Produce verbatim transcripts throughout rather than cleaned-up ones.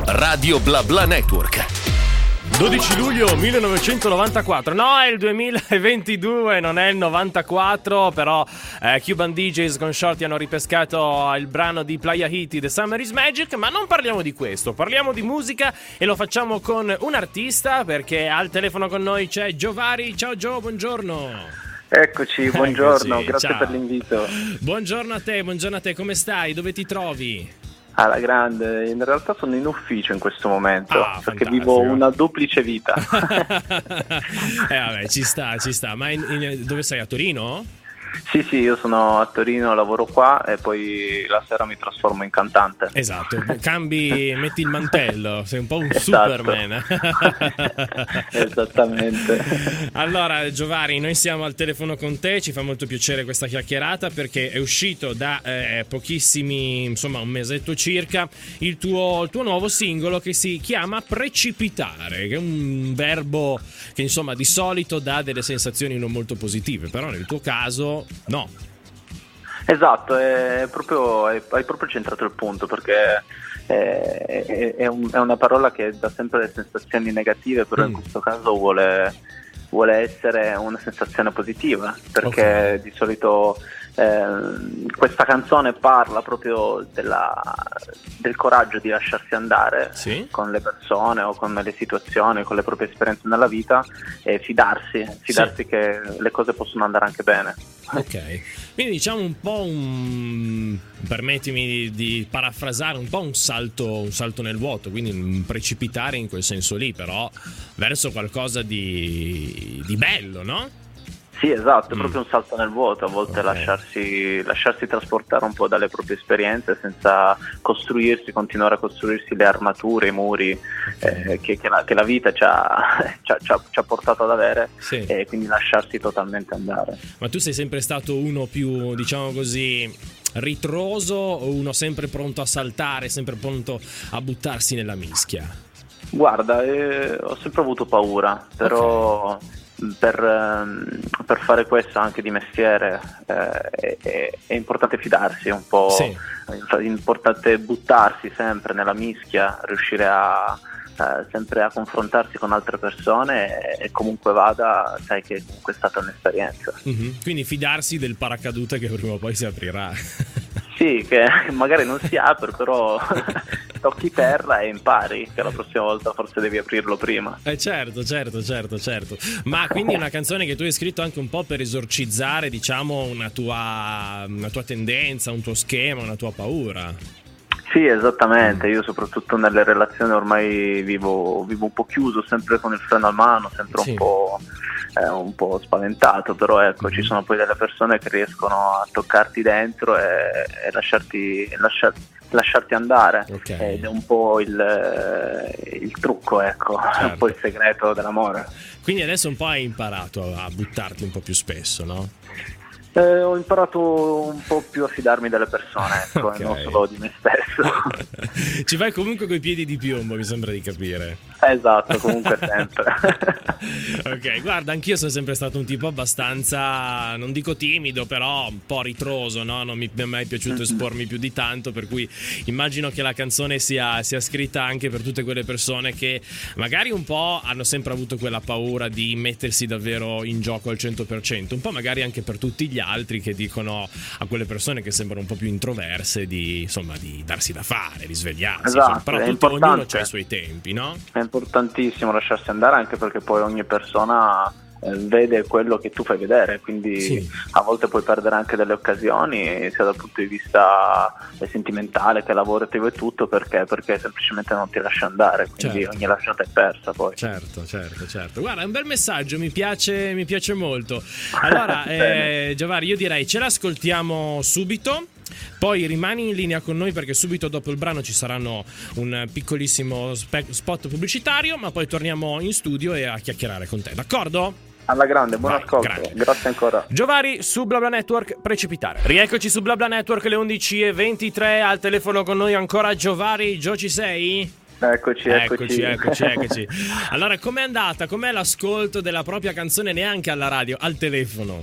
Radio Bla Bla Network. dodici luglio millenovecentonovantaquattro, no, è il duemilaventidue, non è il novantaquattro, però eh, Cuban D Js con Shorty hanno ripescato il brano di Playa Hiti, The Summer is Magic, ma non parliamo di questo, parliamo di musica e lo facciamo con un artista, perché al telefono con noi c'è Giovari. Ciao Gio, buongiorno. Eccoci, buongiorno, Eccoci, grazie ciao. per l'invito. Buongiorno a te, buongiorno a te, come stai? Dove ti trovi? Alla grande, in realtà sono in ufficio in questo momento, Ah, perché fantastico. vivo una duplice vita. eh vabbè, ci sta, ci sta. Ma in, in, dove sei? A Torino? Sì, sì, io sono a Torino, lavoro qua e poi la sera mi trasformo in cantante. Esatto, cambi, metti il mantello, sei un po' un Esatto. Superman. Esattamente. Allora Giovari, noi siamo al telefono con te, ci fa molto piacere questa chiacchierata perché è uscito da eh, pochissimi, insomma un mesetto circa, il tuo, il tuo nuovo singolo che si chiama Precipitare, che è un verbo che insomma di solito dà delle sensazioni non molto positive, però nel tuo caso no. Esatto, è proprio, hai hai proprio centrato il punto, perché è, è, è, un, è una parola che dà sempre le sensazioni negative, però Mm. in questo caso vuole, vuole essere una sensazione positiva, perché Ok. di solito eh, questa canzone parla proprio della, del coraggio di lasciarsi andare Sì? con le persone o con le situazioni, con le proprie esperienze nella vita, e fidarsi, fidarsi Sì. che le cose possono andare anche bene. Ok, quindi diciamo un po' un, permettimi di, di parafrasare, un po' un salto, un salto nel vuoto, quindi un precipitare in quel senso lì, però verso qualcosa di, di bello, no? Sì, esatto, è Mm. proprio un salto nel vuoto, a volte Ok. lasciarsi, lasciarsi trasportare un po' dalle proprie esperienze senza costruirsi, continuare a costruirsi le armature, i muri eh, che, che, la, che la vita ci ha, ci ha- ci ha- ci ha portato ad avere, Sì. e quindi lasciarsi totalmente andare. Ma tu sei sempre stato uno più, diciamo così, ritroso o uno sempre pronto a saltare, sempre pronto a buttarsi nella mischia? Guarda, eh, ho sempre avuto paura, però per, ehm, per fare questo anche di mestiere eh, è, è importante fidarsi un po', Sì. è importante buttarsi sempre nella mischia, riuscire a eh, sempre a confrontarsi con altre persone, e, e comunque vada, sai che comunque è stata un'esperienza. Mhm. Quindi fidarsi del paracadute che prima o poi si aprirà. Sì, che magari non si apre, però tocchi terra e impari che la prossima volta forse devi aprirlo prima. Eh certo, certo, certo, certo. Ma quindi è una canzone che tu hai scritto anche un po' per esorcizzare, diciamo, una tua, una tua tendenza, un tuo schema, una tua paura. Sì, esattamente, io soprattutto nelle relazioni ormai vivo, vivo un po' chiuso, sempre con il freno a mano, sempre Sì. un po', eh, un po' spaventato, però ecco, Mhm. ci sono poi delle persone che riescono a toccarti dentro e, e lasciarti, lasciar- lasciarti andare, Ok. ed è un po' il, eh, il trucco, ecco, Certo. un po' il segreto dell'amore. Quindi adesso un po' hai imparato a buttarti un po' più spesso, no? Eh, ho imparato un po' più a fidarmi delle persone, ecco, Ok. e non solo di me stesso. Ci vai comunque coi piedi di piombo, mi sembra di capire. Esatto, comunque sempre. Ok, guarda, anch'io sono sempre stato un tipo abbastanza, non dico timido, però un po' ritroso, no? Non mi mi è mai piaciuto espormi più di tanto, per cui immagino che la canzone sia, sia scritta anche per tutte quelle persone che magari un po' hanno sempre avuto quella paura di mettersi davvero in gioco al cento per cento, un po' magari anche per tutti gli altri che dicono a quelle persone che sembrano un po' più introverse di, insomma, di darsi da fare, di svegliarsi, Esatto, insomma, però è tutto, ognuno importante. ha i suoi tempi, no? È importantissimo lasciarsi andare, anche perché poi ogni persona eh, vede quello che tu fai vedere, quindi Sì. a volte puoi perdere anche delle occasioni, sia dal punto di vista eh, sentimentale che lavorativo e tutto, perché perché semplicemente non ti lascia andare, quindi Certo. ogni lasciata è persa poi. Certo, certo, certo. Guarda, è un bel messaggio, mi piace, mi piace molto. Allora, Bene. eh, Giovari, io direi ce l'ascoltiamo subito. Poi rimani in linea con noi perché subito dopo il brano ci saranno un piccolissimo spe- spot pubblicitario, ma poi torniamo in studio e a chiacchierare con te, d'accordo? Alla grande, buon Vai, ascolto, grande. grazie ancora. Giovari su BlaBla Network, Precipitare. Rieccoci su BlaBla Network, le undici e ventitré, al telefono con noi ancora Giovari. Gio, ci sei? Eccoci, Eccoci, eccoci. eccoci, eccoci. Allora, com'è andata? Com'è l'ascolto della propria canzone neanche alla radio, al telefono?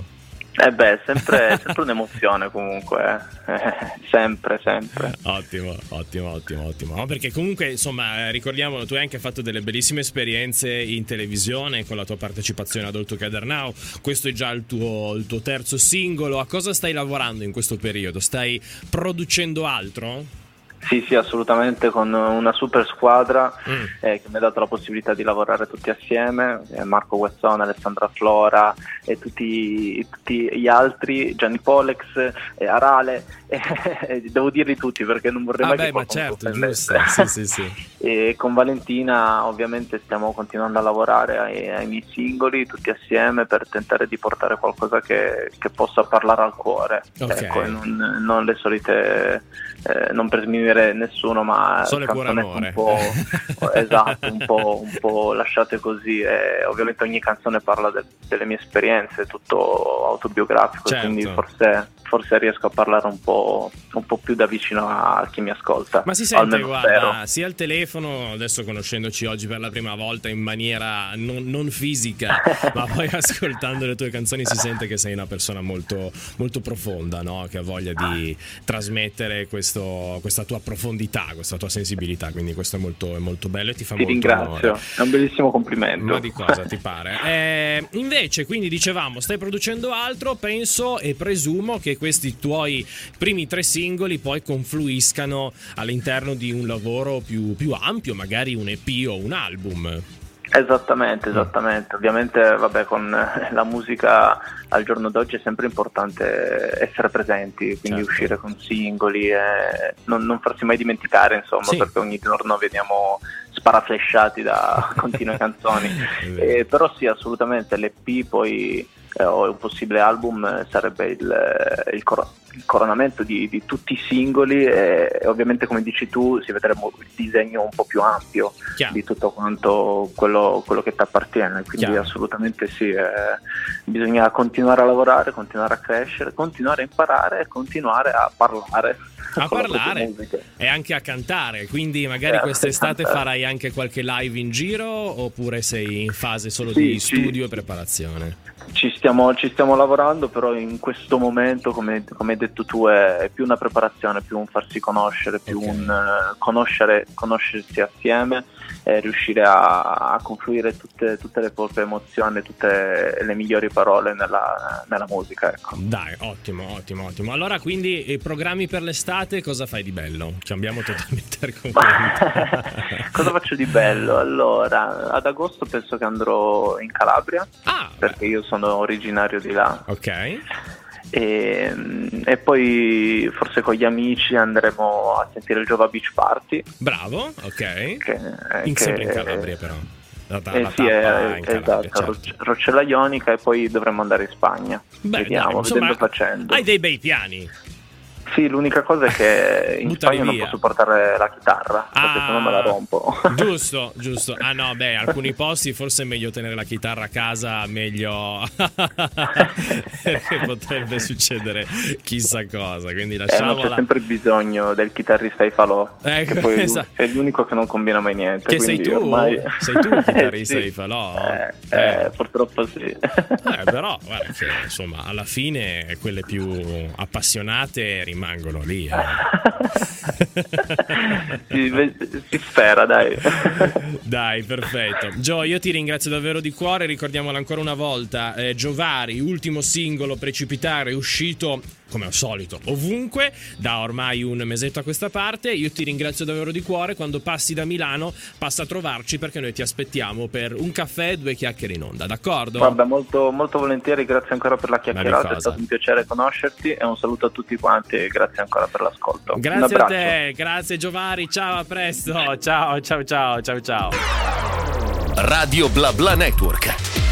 Eh beh, sempre, sempre un'emozione comunque, eh. sempre, sempre. Ottimo, ottimo, ottimo, ottimo. No, perché comunque, insomma, ricordiamolo, tu hai anche fatto delle bellissime esperienze in televisione con la tua partecipazione ad All Together Now. Questo è già il tuo, il tuo terzo singolo. A cosa stai lavorando in questo periodo? Stai producendo altro? Sì, sì, assolutamente, con una super squadra Mm. eh, che mi ha dato la possibilità di lavorare tutti assieme, eh, Marco Guazzone, Alessandra Flora e tutti, tutti gli altri, Gianni Polex, eh, Arale, eh, devo dirli tutti perché non vorrei Ah mai beh, che ma qualcuno certo, si giusto. offendesse. Sì, sì, sì. E con Valentina ovviamente stiamo continuando a lavorare ai, ai miei singoli tutti assieme per tentare di portare qualcosa che, che possa parlare al cuore, Ok. ecco, e non, non le solite, eh, non per sminuire nessuno, ma Sole cuore canzonette amore. un po' esatto, un po', un po' lasciate così, e ovviamente ogni canzone parla de- delle mie esperienze, tutto autobiografico, Certo. quindi forse, forse riesco a parlare un po', un po' più da vicino a chi mi ascolta. Ma si sente, almeno guarda, spero. sia al telefono, adesso conoscendoci oggi per la prima volta in maniera non, non fisica, ma poi ascoltando le tue canzoni si sente che sei una persona molto, molto profonda, no? Che ha voglia di trasmettere questo, questa tua profondità, questa tua sensibilità, quindi questo è molto, è molto bello e ti fa Ti molto ringrazio, onore. è un bellissimo complimento. Ma di cosa ti pare? Eh, invece, quindi dicevamo, stai producendo altro, penso e presumo che questi tuoi primi tre singoli poi confluiscano all'interno di un lavoro più, più ampio, magari un E P o un album. Esattamente, esattamente. Ovviamente, vabbè, con la musica al giorno d'oggi è sempre importante essere presenti, quindi Certo. uscire con singoli e non, non farsi mai dimenticare, insomma, Sì. perché ogni giorno veniamo sparaflesciati da continue canzoni. È vero. Eh, però sì, assolutamente, l'E P poi eh, o un possibile album eh, sarebbe il, il, cor- il coronamento di, di tutti i singoli e, e ovviamente, come dici tu, si vedremo il disegno un po' più ampio Chiaro. di tutto quanto quello, quello che ti appartiene, quindi Chiaro. assolutamente sì, eh, bisogna continuare a lavorare, continuare a crescere, continuare a imparare e continuare a parlare A con la propria parlare musica. e anche a cantare, quindi magari Certo, quest'estate cantare. farai anche qualche live in giro oppure sei in fase solo Sì, di sì. studio e preparazione? Ci stiamo, ci stiamo lavorando, però in questo momento, come, come hai detto tu, è, è più una preparazione, più un farsi conoscere, più Ok. un eh, conoscere, conoscersi assieme e riuscire a, a confluire tutte, tutte le proprie emozioni, tutte le migliori parole nella, nella musica, ecco. Dai, ottimo, ottimo, ottimo. Allora, quindi i programmi per l'estate cosa fai di bello? Cambiamo totalmente argomento. Cosa faccio di bello? Allora, ad agosto penso che andrò in Calabria, Ah, perché io sono originario di là. ok. E, e poi forse con gli amici andremo a sentire il Giova Beach Party, Bravo, ok. che, In, che- sempre in Calabria però. La, la eh, sì, tappa è, in Calabria, esatto, certo. Roc- Roccella Ionica, e poi dovremmo andare in Spagna. Beh, Vediamo, dai, insomma, vedendo facendo. hai dei bei piani. Sì, l'unica cosa è che in Buttali Spagna non via. posso portare la chitarra, perché Ah, sennò me la rompo. Giusto, giusto. Ah no, beh, alcuni posti forse è meglio tenere la chitarra a casa, meglio perché potrebbe succedere chissà cosa, quindi Eh, ma c'è lasciamola. sempre bisogno del chitarrista ai falò, Ecco, che poi lui esatto. è l'unico che non combina mai niente. Che sei quindi tu? ormai... Sei tu il chitarrista Eh, sì. dei falò? Eh, Eh. eh, purtroppo sì. Eh, però guarda che, insomma, alla fine quelle più appassionate rimangono lì. eh. si, si spera, dai. Dai, perfetto. Gio, io ti ringrazio davvero di cuore. Ricordiamola ancora una volta. eh, Giovari, ultimo singolo, Precipitare, uscito come al solito ovunque da ormai un mesetto a questa parte. Io ti ringrazio davvero di cuore. Quando passi da Milano passa a trovarci, perché noi ti aspettiamo per un caffè e due chiacchiere in onda, d'accordo? Guarda, molto, molto volentieri, grazie ancora per la chiacchierata, cosa. è stato un piacere conoscerti e un saluto a tutti quanti e grazie ancora per l'ascolto. Un Grazie a abbraccio. te, grazie Giovari, ciao, a presto. Ciao, ciao, ciao, ciao, ciao. Radio Bla Bla Network.